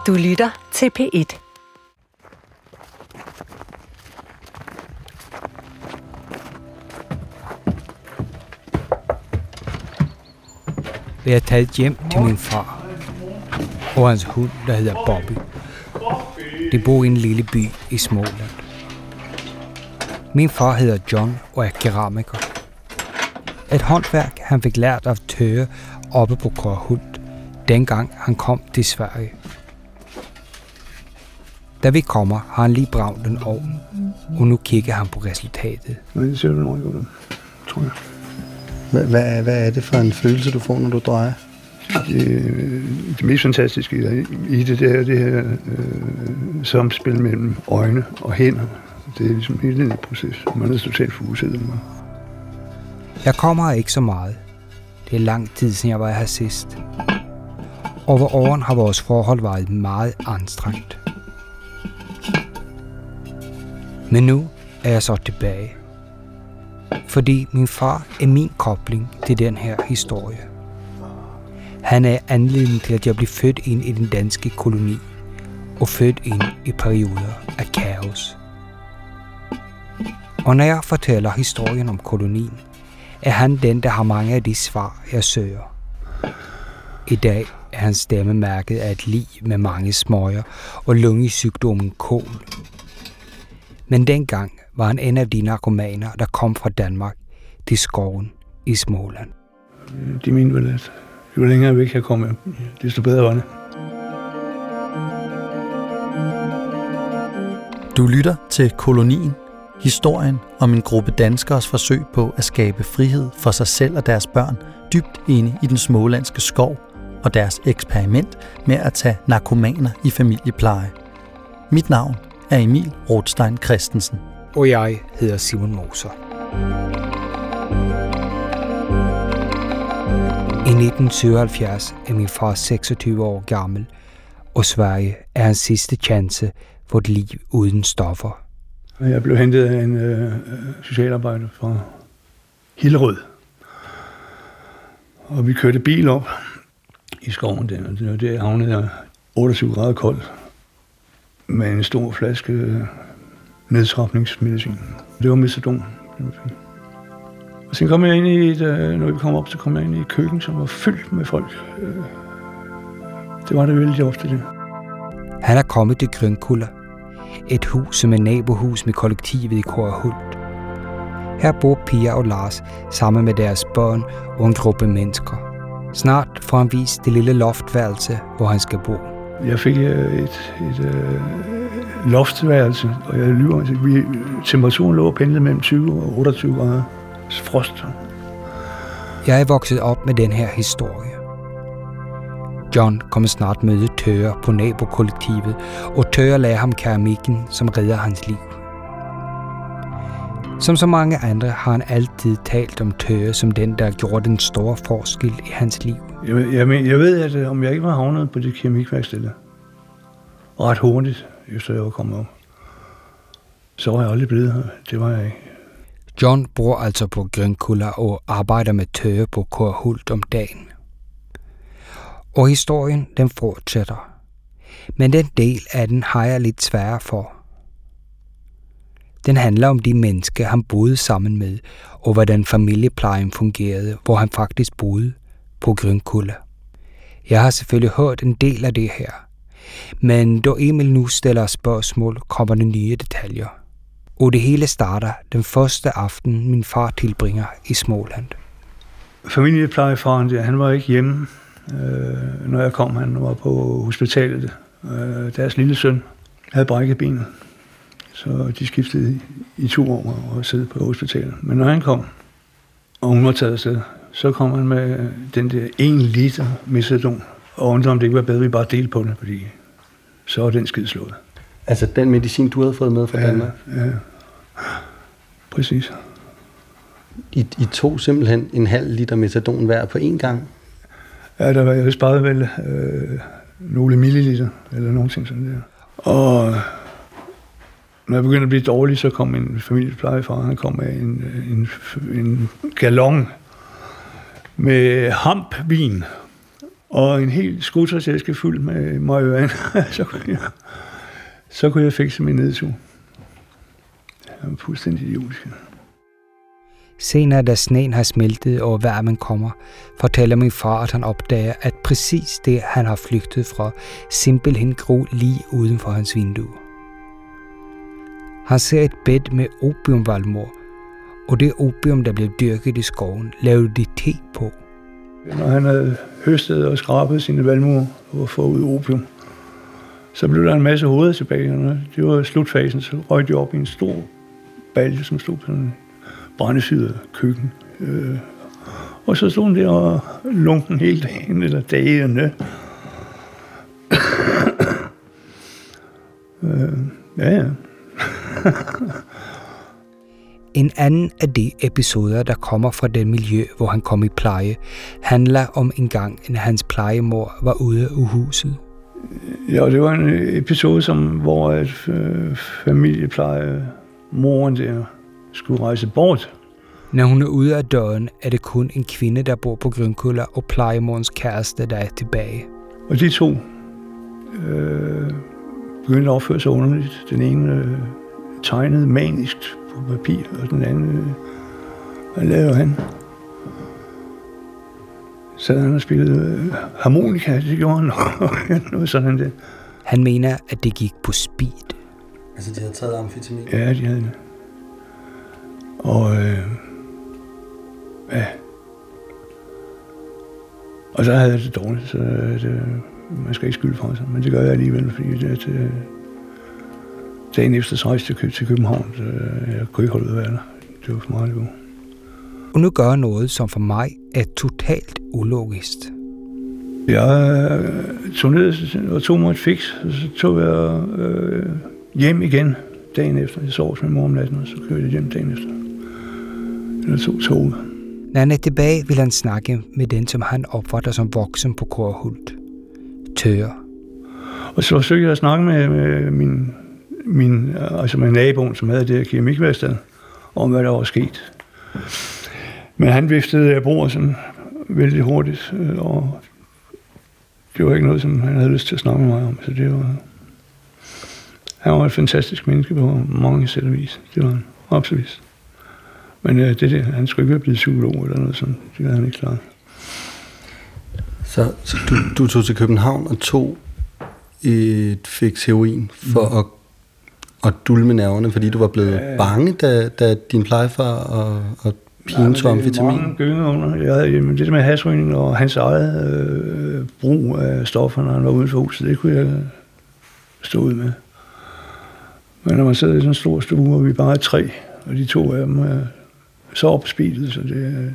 Du lytter til P1. Jeg er taget hjem til min far og hans hund, der hedder Bobby. De bor i en lille by i Småland. Min far hedder John og er keramiker. Et håndværk, han fik lært af Tøge oppe på Korhult, dengang han kom til Sverige. Da vi kommer, har han lige bragt en ovn, og nu kigger han på resultatet. Det ser du nok ud, tror jeg. Hvad er det for en følelse, du får, når du drejer? Det mest fantastiske i det her samspil mellem øjne og hænder. Det er ligesom hele den proces. Man er totalt fokuseret. Jeg kommer ikke så meget. Det er lang tid, siden jeg var her sidst. Over åren har vores forhold været meget anstrengt. Men nu er jeg så tilbage. Fordi min far er min kobling til den her historie. Han er anledningen til, at jeg blev født ind i den danske koloni og født ind i perioder af kaos. Og når jeg fortæller historien om kolonien, er han den, der har mange af de svar, jeg søger. I dag er hans stemme mærket af et lig med mange smøger og lungesygdommen kol. Men dengang var han en af de narkomaner, der kom fra Danmark til skoven i Småland. De mente vel, at jo længere væk jeg kommer, desto bedre var det. Du lytter til Kolonien, historien om en gruppe danskers forsøg på at skabe frihed for sig selv og deres børn dybt inde i den smålandske skov og deres eksperiment med at tage narkomaner i familiepleje. Mit navn er Emil Rothstein Christensen. Og jeg hedder Simon Moser. I 1977 er min far 26 år gammel, og Sverige er hans sidste chance for et liv uden stoffer. Jeg blev hentet af en socialarbejder fra Hillerød. Og vi kørte bil op i skoven der, og det var der havnede jeg 28 grader koldt med en stor flaske nedtrapningsmedicin. Det var metadon. Og så kom jeg ind i når vi kom op, så kom jeg ind i et køkken, som var fyldt med folk. Det var det vældig ofte det. Han er kommet til Grønkulla, et hus som er nabohus med kollektivet i Korhult. Her bor Pia og Lars sammen med deres børn og en gruppe mennesker. Snart får han vist det lille loftværelse, hvor han skal bo. Jeg fik et loftværelse, og jeg lyver. Temperaturen lå og pendlede mellem 20 og 28 grader frost. Jeg er vokset op med den her historie. John kommer snart møde Tøger på nabokollektivet, og Tøger lærer ham keramikken, som redder hans liv. Som så mange andre har han altid talt om Tøger som den, der gjorde den store forskel i hans liv. Jeg ved, at om jeg ikke var havnet på det keramikværksted ret hurtigt, efter jeg var kommet op, så var jeg aldrig blevet her. Det var jeg ikke. John bor altså på Grønkulla og arbejder med Tøger på Korhult om dagen. Og historien, den fortsætter. Men den del af den har jeg lidt sværere for. Den handler om de mennesker, han boede sammen med, og hvordan familieplejen fungerede, hvor han faktisk boede på Grønkulla. Jeg har selvfølgelig hørt en del af det her, men da Emil nu stiller spørgsmål, kommer der nye detaljer. Og det hele starter den første aften, min far tilbringer i Småland. Familieplejefaren der, han var ikke hjemme, når jeg kom. Han var på hospitalet. Deres lille søn havde brækket benet, så de skiftede i 2 år og sidde på hospitalet. Men når han kom, og hun var taget afsted, så kom han med den der 1 liter metadon, og undrede om det ikke var bedre, vi bare delte på den, fordi så var den skid slået. Altså den medicin, du havde fået med fra Danmark? Ja, præcis. I tog simpelthen 1,5 liter metadon hver på én gang? Ja, der var jeg sparet vel nogle milliliter, eller nogen ting sådan der. Og når jeg begyndte at blive dårlig, så kom en familieplejefar, han kom med en galon med hampvin og en hel skotøjsæske fyldt med marihuana, så kunne jeg fikse min nedtur. Det var fuldstændig idiotisk. Senere, da sneen har smeltet og varmen kommer, fortæller min far, at han opdager, at præcis det, han har flygtet fra, simpelthen gror lige uden for hans vindue. Han ser et bed med opiumvalmor, og det opium, der blev dyrket i skoven, lavede de te på. Når han havde høstet og skrabet sine valmuer og fået ud opium, så blev der en masse hoveder tilbage. Og det var slutfasen, så røg de op i en stor balje, som stod på en brændefyret køkken. Og så stod den der og lunken hele dagen, eller dagene. Ja. En anden af de episoder, der kommer fra det miljø, hvor han kom i pleje, handler om en gang, når hans plejemor var ude af huset. Ja, det var en episode, hvor familieplejemoren der skulle rejse bort. Når hun er ude af døren, er det kun en kvinde, der bor på Grønkulla, og plejemorens kæreste, der er tilbage. Og de to begyndte at opføre sig underligt. Den ene tegnede manisk på papir, og den anden, hvad lavede han? Så han og spillede harmonika, det gjorde han, og noget sådan der. Han mener, at det gik på speed. Altså, de havde taget amfetamin? Ja, de havde det. Og ja. Og så havde jeg det dårligt, så man skal ikke skylde for sig, men det gør jeg alligevel, fordi dagen efter så rejste jeg til København, så jeg kunne ikke holde ud at være der. Det var for meget det. Og nu gør noget, som for mig er totalt ulogisk. Jeg tog ned og tog mig et fix, og så tog jeg hjem igen dagen efter. Jeg sov med mor om natten, og så kørte jeg hjem dagen efter. Eller tog toget. Når han er tilbage, vil han snakke med den, som han opfatter som voksen på Korhult. Tør. Og så forsøgte jeg at snakke med med naboen, som havde det her keramikværksted, om hvad der var sket. Men han viftede af bordet sådan vældig hurtigt, og det var ikke noget, som han havde lyst til at snakke med mig om. Så han var et fantastisk menneske på mange sæt og vis. Det var han, absolut. Men han skulle ikke være blevet psykolog eller noget sådan. Det havde han ikke klart. Så du tog til København og tog et fix heroin for at dulme nerverne, fordi du var blevet bange, da din plejefar og pigen tog amfetamin? Det var mange gynger under. Det med hasrygning og hans eget brug af stoffer, når han var uden for huset, det kunne jeg stå ud med. Men når man sidder i sådan en stor stue, og vi bare er 3, og de 2 af dem er så opspildet, så det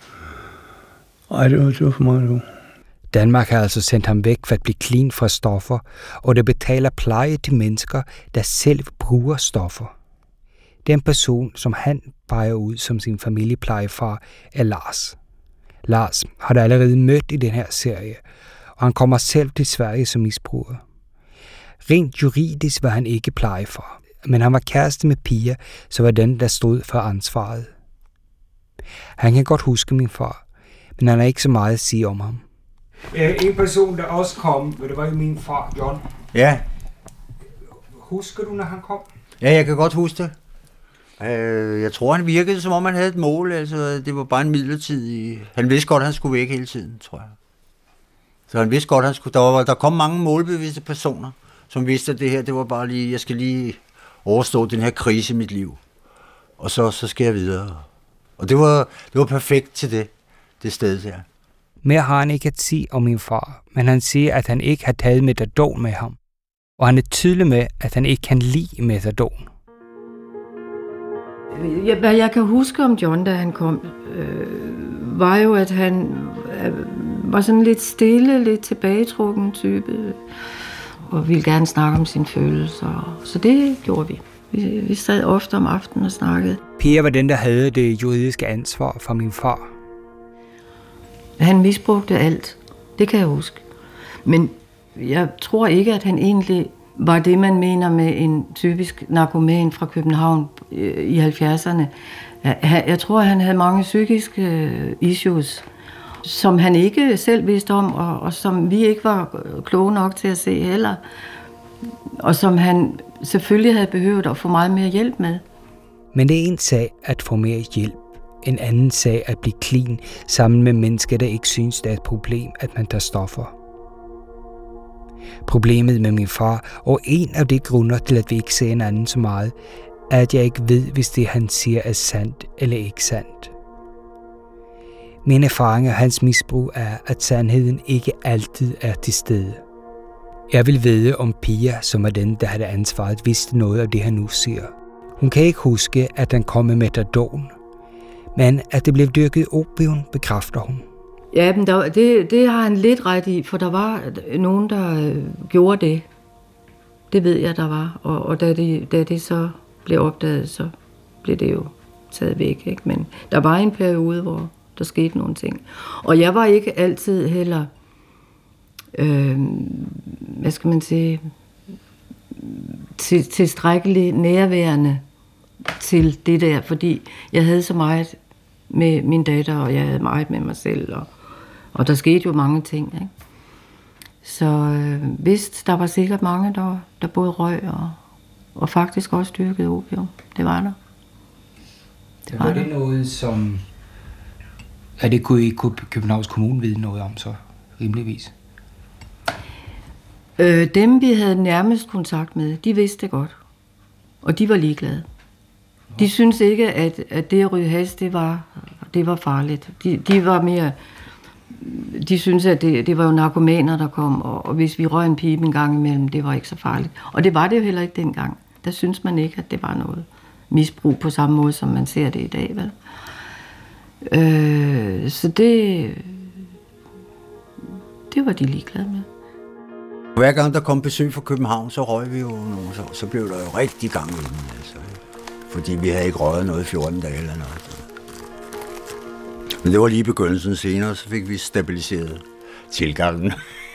var for meget nu. Danmark har altså sendt ham væk for at blive clean fra stoffer, og det betaler pleje til mennesker, der selv bruger stoffer. Den person, som han peger ud som sin familieplejefar, er Lars. Lars har der allerede mødt i den her serie, og han kommer selv til Sverige som misbruger. Rent juridisk var han ikke plejefar, men han var kæreste med Pia, så var den, der stod for ansvaret. Han kan godt huske min far, men han har ikke så meget at sige om ham. En person, der også kom, det var jo min far, John. Ja. Husker du, når han kom? Ja, jeg kan godt huske det. Jeg tror, han virkede, som om han havde et mål. Altså, det var bare en midlertidig... Han vidste godt, at han skulle væk hele tiden, tror jeg. Så han vidste godt, at han skulle... Der kom mange målbevidste personer, som vidste, at det her, det var bare lige... Jeg skal lige overstå den her krise i mit liv. Og så skal jeg videre. Og det var perfekt til det sted her. Mere har han ikke at sige om min far, men han siger, at han ikke har taget metadon med ham. Og han er tydelig med, at han ikke kan lide metadon. Hvad jeg kan huske om John, da han kom, var jo, at han var sådan lidt stille, lidt tilbagetrukken type, og ville gerne snakke om sine følelser. Så det gjorde vi. Vi sad ofte om aftenen og snakkede. Pia var den, der havde det juridiske ansvar for min far. Han misbrugte alt. Det kan jeg huske. Men jeg tror ikke, at han egentlig var det, man mener med en typisk narkoman fra København i 70'erne. Jeg tror, at han havde mange psykiske issues. som han ikke selv vidste om, og som vi ikke var kloge nok til at se heller. Og som han selvfølgelig havde behøvet at få meget mere hjælp med. Men det er en sag at få mere hjælp. En anden sag at blive clean sammen med mennesker, der ikke synes, det er et problem, at man tager stoffer. Problemet med min far, og en af de grunder til, at vi ikke ser hinanden så meget, er, at jeg ikke ved, hvis det, han siger, er sandt eller ikke sandt. Min erfaring af hans misbrug er, at sandheden ikke altid er til stede. Jeg vil vide, om Pia, som er den, der havde ansvaret, vidste noget af det, han nu siger. Hun kan ikke huske, at han kom med metadon, men at det blev dyrket opium, bekræfter hun. Ja, men det har han lidt ret i, for der var nogen, der gjorde det. Det ved jeg, der var. Og da det så blev opdaget, så blev det jo taget væk. Ikke? Men der var en periode, hvor der skete nogle ting. Og jeg var ikke altid heller, hvad skal man sige, tilstrækkeligt nærværende til det der, fordi jeg havde så meget med min datter, og jeg havde meget med mig selv, og der skete jo mange ting. Ikke? Så vist, der var sikkert mange, der både røg og faktisk også dyrkede opium. Det var der. Det var det noget, som... Ja, det kunne ikke Københavns Kommune vide noget om, så rimeligvis? Dem, vi havde nærmest kontakt med, de vidste det godt. Og de var ligeglade. De syntes ikke, at det at ryge hash, det var farligt. De var mere... De syntes, at det var jo narkomaner, der kom, og hvis vi røg en pibe en gang imellem, det var ikke så farligt. Og det var det jo heller ikke dengang. Der syntes man ikke, at det var noget misbrug på samme måde, som man ser det i dag, vel? Så det var de ligeglade med. Hver gang der kom besøg fra København, så røg vi jo nogle, så blev der jo rigtig gang i den, altså. Fordi vi havde ikke røget noget 14 dage eller noget. Men det var lige i begyndelsen. Senere, så fik vi stabiliseret tilgangen.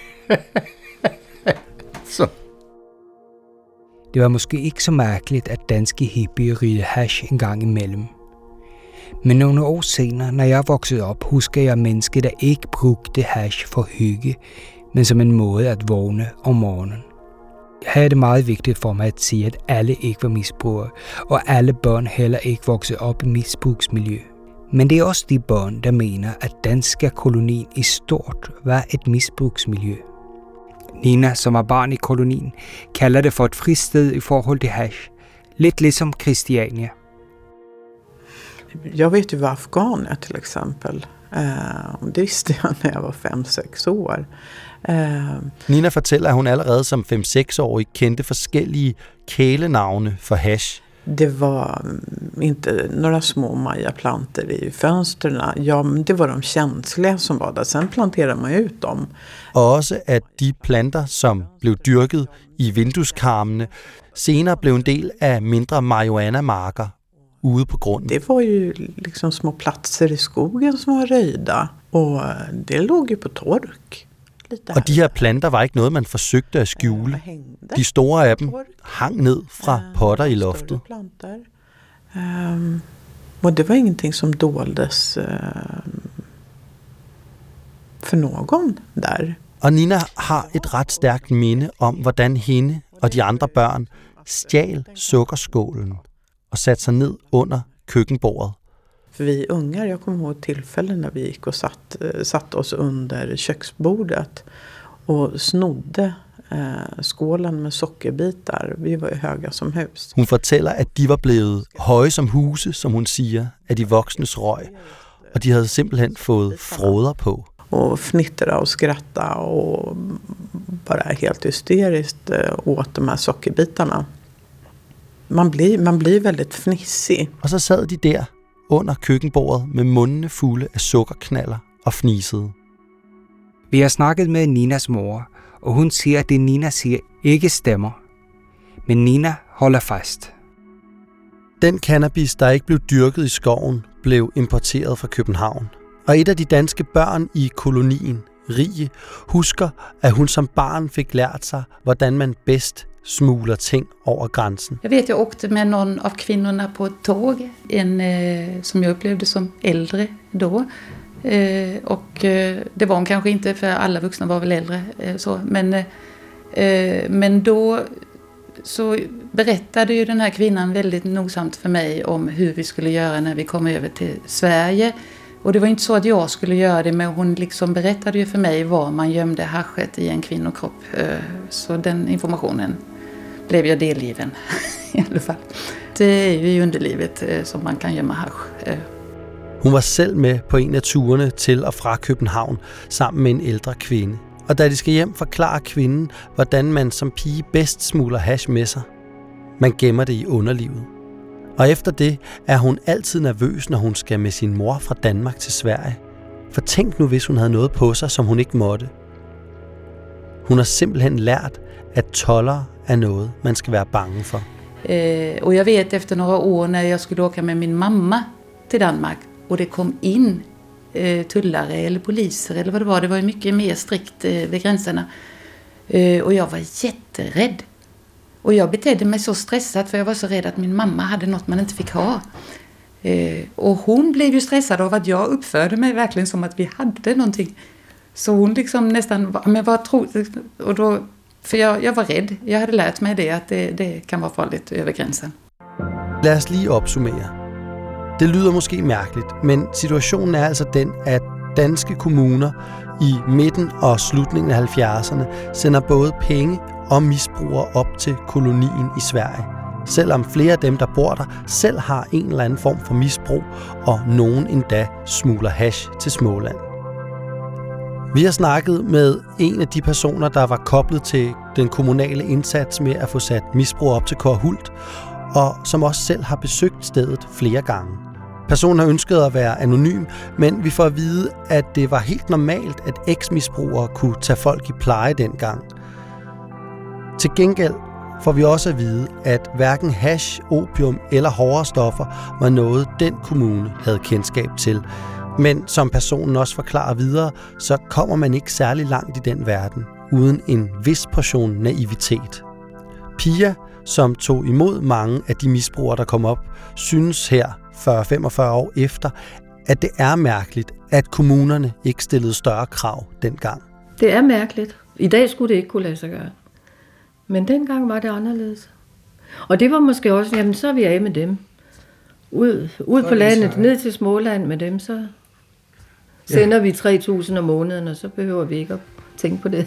Så. Det var måske ikke så mærkeligt, at danske hippier rydde hash en gang imellem. Men nogle år senere, når jeg voksede op, husker jeg mennesker, der ikke brugte hash for hygge, men som en måde at vågne om morgenen. Her er det meget vigtigt for mig at sige, at alle ikke var misbrugere, og alle børn heller ikke voksede op i misbrugsmiljø. Men det er også de børn, der mener, at danske kolonien i stort var et misbrugsmiljø. Nina, som er barn i kolonien, kalder det for et fristed i forhold til hash. Lidt ligesom Christiania. Jag vet ju vad afghan är till exempel. Det visste jag när jag var 5-6 år. Nina fortæller, at hun allerede som 5-6-årig kendte forskellige kælenavne for hash. Det var inte några små majaplanter i fönstren. Ja, men det var de känsliga som var där. Sen planterade man ut dem. Og også at de planter, som blev dyrket i vindueskarmene, senere blev en del af mindre marihuana-marker ude på grunden. Det var ju liksom små platser i skogen som var röjda. Och det låg ju på tork. Og de her planter var ikke noget, man forsøgte at skjule. De store af dem hang ned fra potter i loftet. Og det var ingenting som doldes for nogen der. Og Nina har et ret stærkt minde om, hvordan hende og de andre børn stjal sukkerskålen og satte sig ned under køkkenbordet. För vi ungar, jag kommer ihåg tillfällen när vi gick och satt oss under köksbordet och snodde skålen med sockerbitar. Vi var ju höga som hus. Hun fortæller, at de var blevet høje som huse, som hun siger, af de voksnes røg, og de havde simpelthen fået fråder på. Och fnittra och skratta och bara helt hysteriskt åt de här sockerbitarna. Man blir väldigt fnissig. Og så sad de der under køkkenbordet med mundene fulde af sukkerknaller og fnisede. Vi har snakket med Ninas mor, og hun siger, at det Nina siger ikke stemmer. Men Nina holder fast. Den cannabis, der ikke blev dyrket i skoven, blev importeret fra København. Og et af de danske børn i kolonien, Rie, husker, at hun som barn fik lært sig, hvordan man bedst smugler ting over grænsen. Jag vet, jag åkte med någon av kvinnorna på ett tåg, som jag upplevde som äldre då. Det var hon kanske inte, för alla vuxna var väl äldre. Men då så berättade ju den här kvinnan väldigt nogsamt för mig om hur vi skulle göra när vi kom över till Sverige. Och det var inte så att jag skulle göra det, men hon liksom berättade ju för mig var man gömde haschet i en kvinnokropp. Så den informationen blev jag delgiven i alla fall. Det är ju i underlivet som man kan gömma hasch. Hun var selv med på en af turene til og fra København sammen med en ældre kvinde. Og da de skal hjem, forklarer kvinden, hvordan man som pige bedst smugler hash med sig. Man gemmer det i underlivet. Og efter det er hun altid nervøs, når hun skal med sin mor fra Danmark til Sverige. For tænk nu, hvis hun havde noget på sig, som hun ikke måtte. Hun har simpelthen lært, at toldere er noget, man skal være bange for. Och jag vet efter några år när jag skulle åka med min mamma till Danmark och det kom in tullare eller poliser eller vad det var ju mycket mer strikt vid gränserna. Och jag var jätterädd. Och jag betedde mig så stressad för jag var så rädd att min mamma hade något man inte fick ha. Och hon blev ju stressad av att jag uppförde mig verkligen som att vi hade någonting. Så hon liksom nästan, men vad tror du? Och då, för jag var rädd. Jag hade lärt mig det, att det kan vara farligt över gränsen. Lad os lige opsummere. Det lyder måske mærkeligt, men situationen er altså den, at danske kommuner i midten og slutningen af 70'erne sender både penge og misbrugere op til kolonien i Sverige. Selvom flere af dem, der bor der, selv har en eller anden form for misbrug, og nogen endda smugler hash til Småland. Vi har snakket med en af de personer, der var koblet til den kommunale indsats med at få sat misbrug op til Korhult, og som også selv har besøgt stedet flere gange. Personen har ønsket at være anonym, men vi får at vide, at det var helt normalt, at eksmisbrugere kunne tage folk i pleje dengang. Til gengæld får vi også at vide, at hverken hash, opium eller hårdere stoffer var noget, den kommune havde kendskab til. Men som personen også forklarer videre, så kommer man ikke særlig langt i den verden, uden en vis portion naivitet. Pia, som tog imod mange af de misbrugere, der kom op, synes her 40-45 år efter, at det er mærkeligt, at kommunerne ikke stillede større krav dengang. Det er mærkeligt. I dag skulle det ikke kunne lade sig gøre. Men dengang var det anderledes. Og det var måske også, jamen så er vi af med dem. Ud på landet, ned til Småland med dem, så sender vi 3.000 om måneden, og så behøver vi ikke at tænke på det.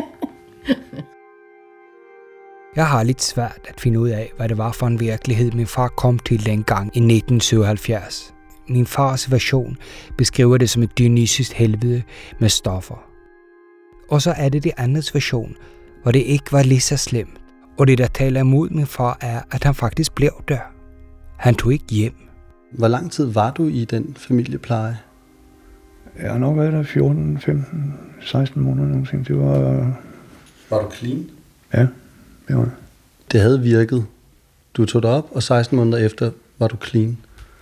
Jeg har lidt svært at finde ud af, hvad det var for en virkelighed, min far kom til dengang i 1977. Min fars version beskriver det som et dionysisk helvede med stoffer. Og så er det det andres version, hvor det ikke var lige så slemt. Og det, der taler imod min far, er, at han faktisk blev der. Han tog ikke hjem. Hvor lang tid var du i den familiepleje? Jeg har nok været der 14, 15, 16 måneder nogensinde. Det var... Var du clean? Ja, det var. Det havde virket. Du tog dig op, og 16 måneder efter var du clean.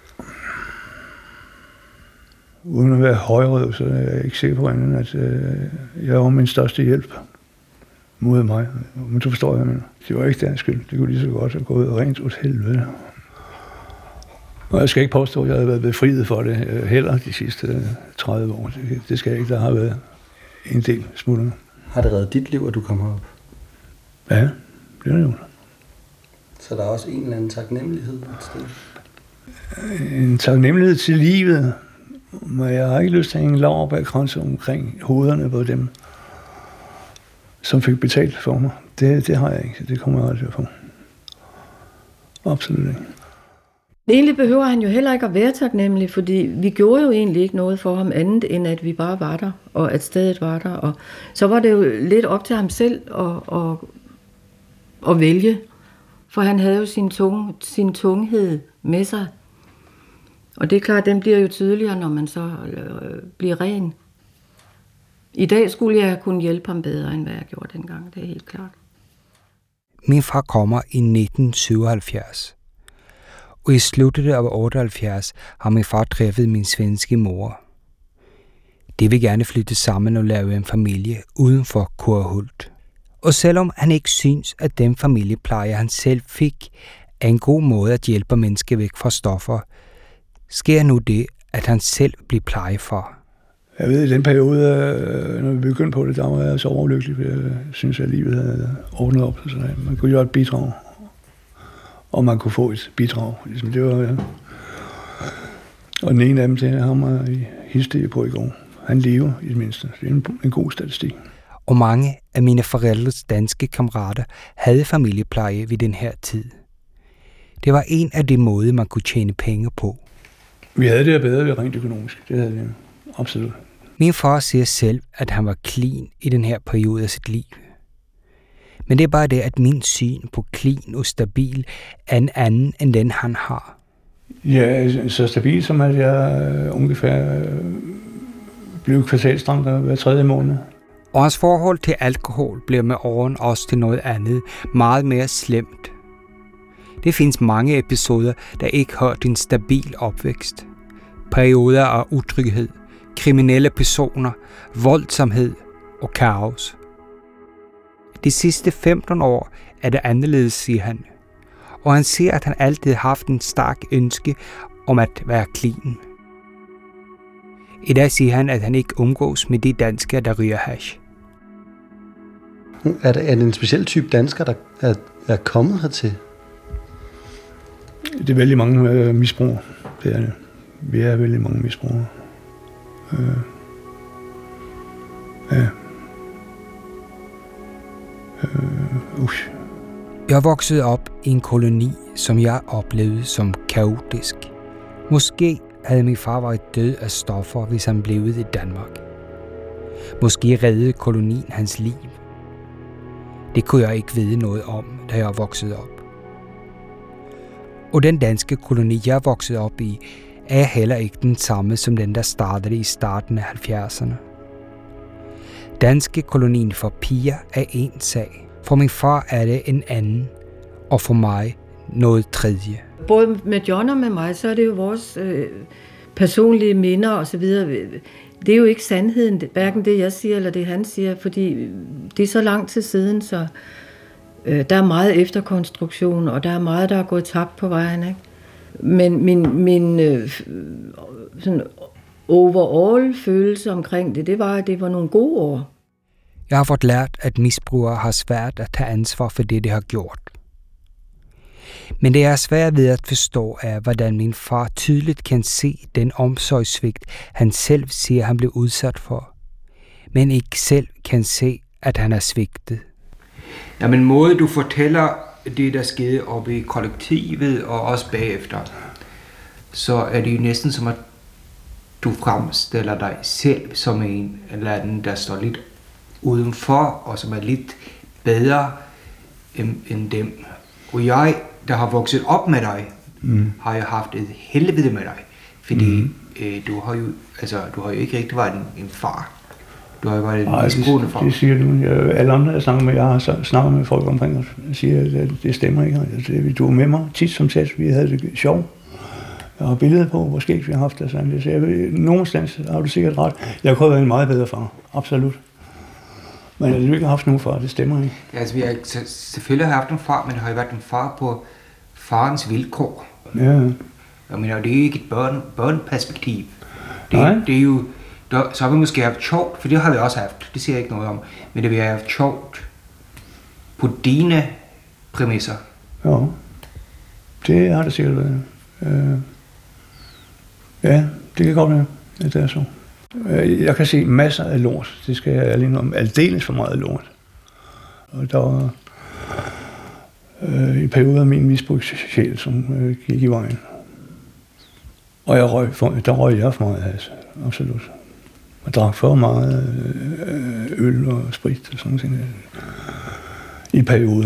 Uden at være højrød, så er jeg ikke sikker på andet, at jeg var min største hjælp mod mig. Men du forstår, hvad jeg mener. Det var ikke deres skyld. Det kunne lige så godt have gået rent ud helvede. Og jeg skal ikke påstå, at jeg havde været befriet for det heller de sidste 30 år. Det skal jeg ikke. Der har været en del smutter. Har det reddet dit liv, at du kom herop? Ja, det har det jo. Så der er også en eller anden taknemmelighed et sted? En taknemmelighed til livet. Men jeg har ikke lyst til at hænge laurbærkranse omkring hovederne på dem, som fik betalt for mig. Det har jeg ikke. Det kommer jeg aldrig at få. Absolut ikke. Egentlig behøver han jo heller ikke at være taknemmelig, fordi vi gjorde jo egentlig ikke noget for ham andet, end at vi bare var der, og at stedet var der. Og så var det jo lidt op til ham selv at vælge, for han havde jo sin tunghed med sig. Og det er klart, den bliver jo tydeligere, når man så bliver ren. I dag skulle jeg kunne hjælpe ham bedre, end hvad jeg gjorde dengang, det er helt klart. Min far kommer i 1977. Og i sluttet af 78 har min far træffet min svenske mor. De vil gerne flytte sammen og lave en familie uden for Korhult. Og selvom han ikke synes, at den familiepleje, han selv fik, er en god måde at hjælpe mennesker væk fra stoffer, sker nu det, at han selv bliver plejefar. Jeg ved, i den periode, når vi begyndte på det, der var jeg så overlykkelig, for jeg synes, at livet havde ordnet op. Så man kunne gøre et bidrag, og man kunne få et bidrag. Ligesom det var, ja. Og den ene af dem, det har mig i hilste på i går. Han lever i det mindste. Det er en god statistik. Og mange af mine forældres danske kammerater havde familiepleje ved den her tid. Det var en af de måder, man kunne tjene penge på. Vi havde det bedre ved rent økonomisk. Det havde vi absolut. Min far siger selv, at han var clean i den her periode af sit liv. Men det er bare det, at min syn på clean og stabil er en anden end den, han har. Ja, så stabil som at jeg ungefær blev kvartalstramt hver 3. måned. Og hans forhold til alkohol bliver med årene også til noget andet, meget mere slemt. Det findes mange episoder, der ikke har en stabil opvækst. Perioder af utryghed, kriminelle personer, voldsomhed og kaos. De sidste 15 år er det anderledes, siger han. Og han siger, at han altid har haft en stærk ønske om at være clean. I dag siger han, at han ikke umgås med de danskere, der ryger hash. Er det en speciel type dansker, der er kommet hertil? Det er vældig mange misbrugere. Det er det. Vi er vældig mange misbrugere. Ja. Jeg voksede op i en koloni, som jeg oplevede som kaotisk. Måske havde min far været død af stoffer, hvis han blev i Danmark. Måske reddede kolonien hans liv. Det kunne jeg ikke vide noget om, da jeg voksede op. Og den danske koloni, jeg voksede op i, er heller ikke den samme som den, der startede i starten af 70'erne. Danske kolonien for piger er en sag. For min far er det en anden, og for mig noget tredje. Både med John og med mig, så er det jo vores personlige minder og så videre. Det er jo ikke sandheden, hverken det jeg siger eller det han siger, fordi det er så lang tid siden, så der er meget efterkonstruktion, og der er meget, der er gået tabt på vejen, ikke? Men min sådan overall følelse omkring det var, at det var nogle gode år. Jeg har fået lært, at misbrugere har svært at tage ansvar for det, de har gjort. Men det jeg er svært ved at forstå er, hvordan min far tydeligt kan se den omsorgssvigt, han selv siger, han blev udsat for, men ikke selv kan se, at han er svigtet. Ja, men måde du fortæller det, der skete oppe i kollektivet og også bagefter, så er det jo næsten som, at du fremstiller dig selv som en eller anden, der står lidt udenfor, og som er lidt bedre end dem. Og jeg, der har vokset op med dig, har jo haft et helvede med dig. Fordi du har jo ikke rigtig været en far. Du har jo været en misbrugende far. Det siger du. Alle andre, jeg har snakket med folk omkring os, siger, at det stemmer ikke. Du er med mig tit som tæt. Vi havde det sjovt. Jeg har billeder på, hvor skægt vi har haft det. Så nogenstans har du sikkert ret. Jeg kunne have været en meget bedre far. Absolut. Men jeg har ikke haft nogen far, det stemmer ikke. Ja, altså, vi har selvfølgelig haft en far, men det har jo været en far på farens vilkår. Ja. Jeg mener, det er jo ikke et børneperspektiv. Det er jo, så har vi måske haft sjovt, for det har vi også haft, det siger jeg ikke noget om, men det vi har haft sjovt på dine præmisser. Ja, det har det sikkert været. Ja, det kan godt være, at det er så. Jeg kan se masser af lort, det skal jeg alene om, aldeles for meget lort. Og der var en periode af min misbrugssjæl, som gik i vejen. Og der røg jeg for meget has, absolut. Jeg drak for meget øl og sprit og sådan noget i perioder.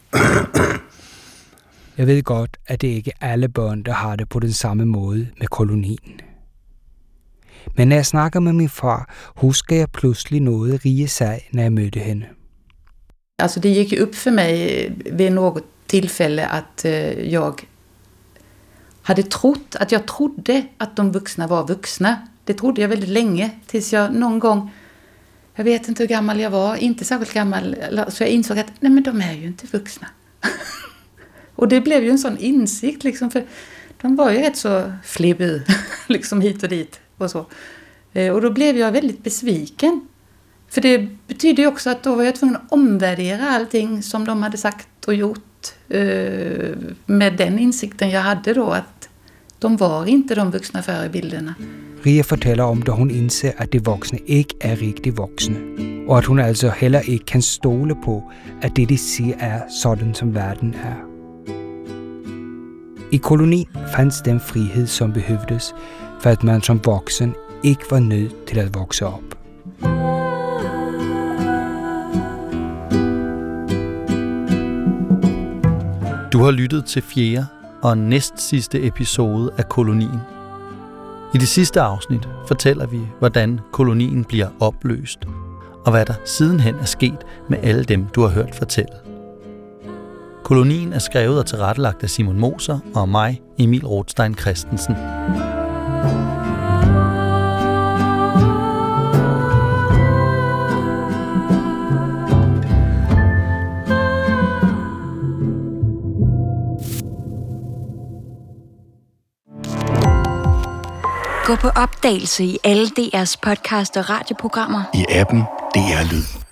Jeg ved godt, at det ikke er alle børn, der har det på den samme måde med kolonien. Men når jeg snakker med min far, husker jeg pludselig noget Rie sagde, når jeg mødte hende. Alltså det gick upp för mig vid något tillfälle att jag hade trott, att jag trodde att de vuxna var vuxna. Det trodde jag väldigt länge tills jag någon gång, jag vet inte hur gammal jag var, inte särskilt gammal, så jag insåg att nej men de är ju inte vuxna. Och det blev ju en sån insikt liksom, för de var ju rätt så flibbig liksom hit och dit och så. Och då blev jag väldigt besviken. För det betyder ju också att då var jag tvungen att omvärdera allting som de hade sagt och gjort. Med den insikten jeg hade då, at de var inte de vuxna förebilderna. Ria fortæller om, da hun indser, at de voksne ikke er rigtig voksne, og at hun altså heller ikke kan stole på, at det de siger er sådan, som verden er. I kolonien fandt den frihed, som behøvdes, for at man som voksen ikke var nødt til at vokse op. Du har lyttet til 4. og næst sidste episode af Kolonien. I det sidste afsnit fortæller vi, hvordan kolonien bliver opløst, og hvad der sidenhen er sket med alle dem, du har hørt fortælle. Kolonien er skrevet og tilrettelagt af Simon Moser og mig, Emil Rothstein Christensen. Gå på opdagelse i alle DR's podcast og radioprogrammer. I appen DR Lyd.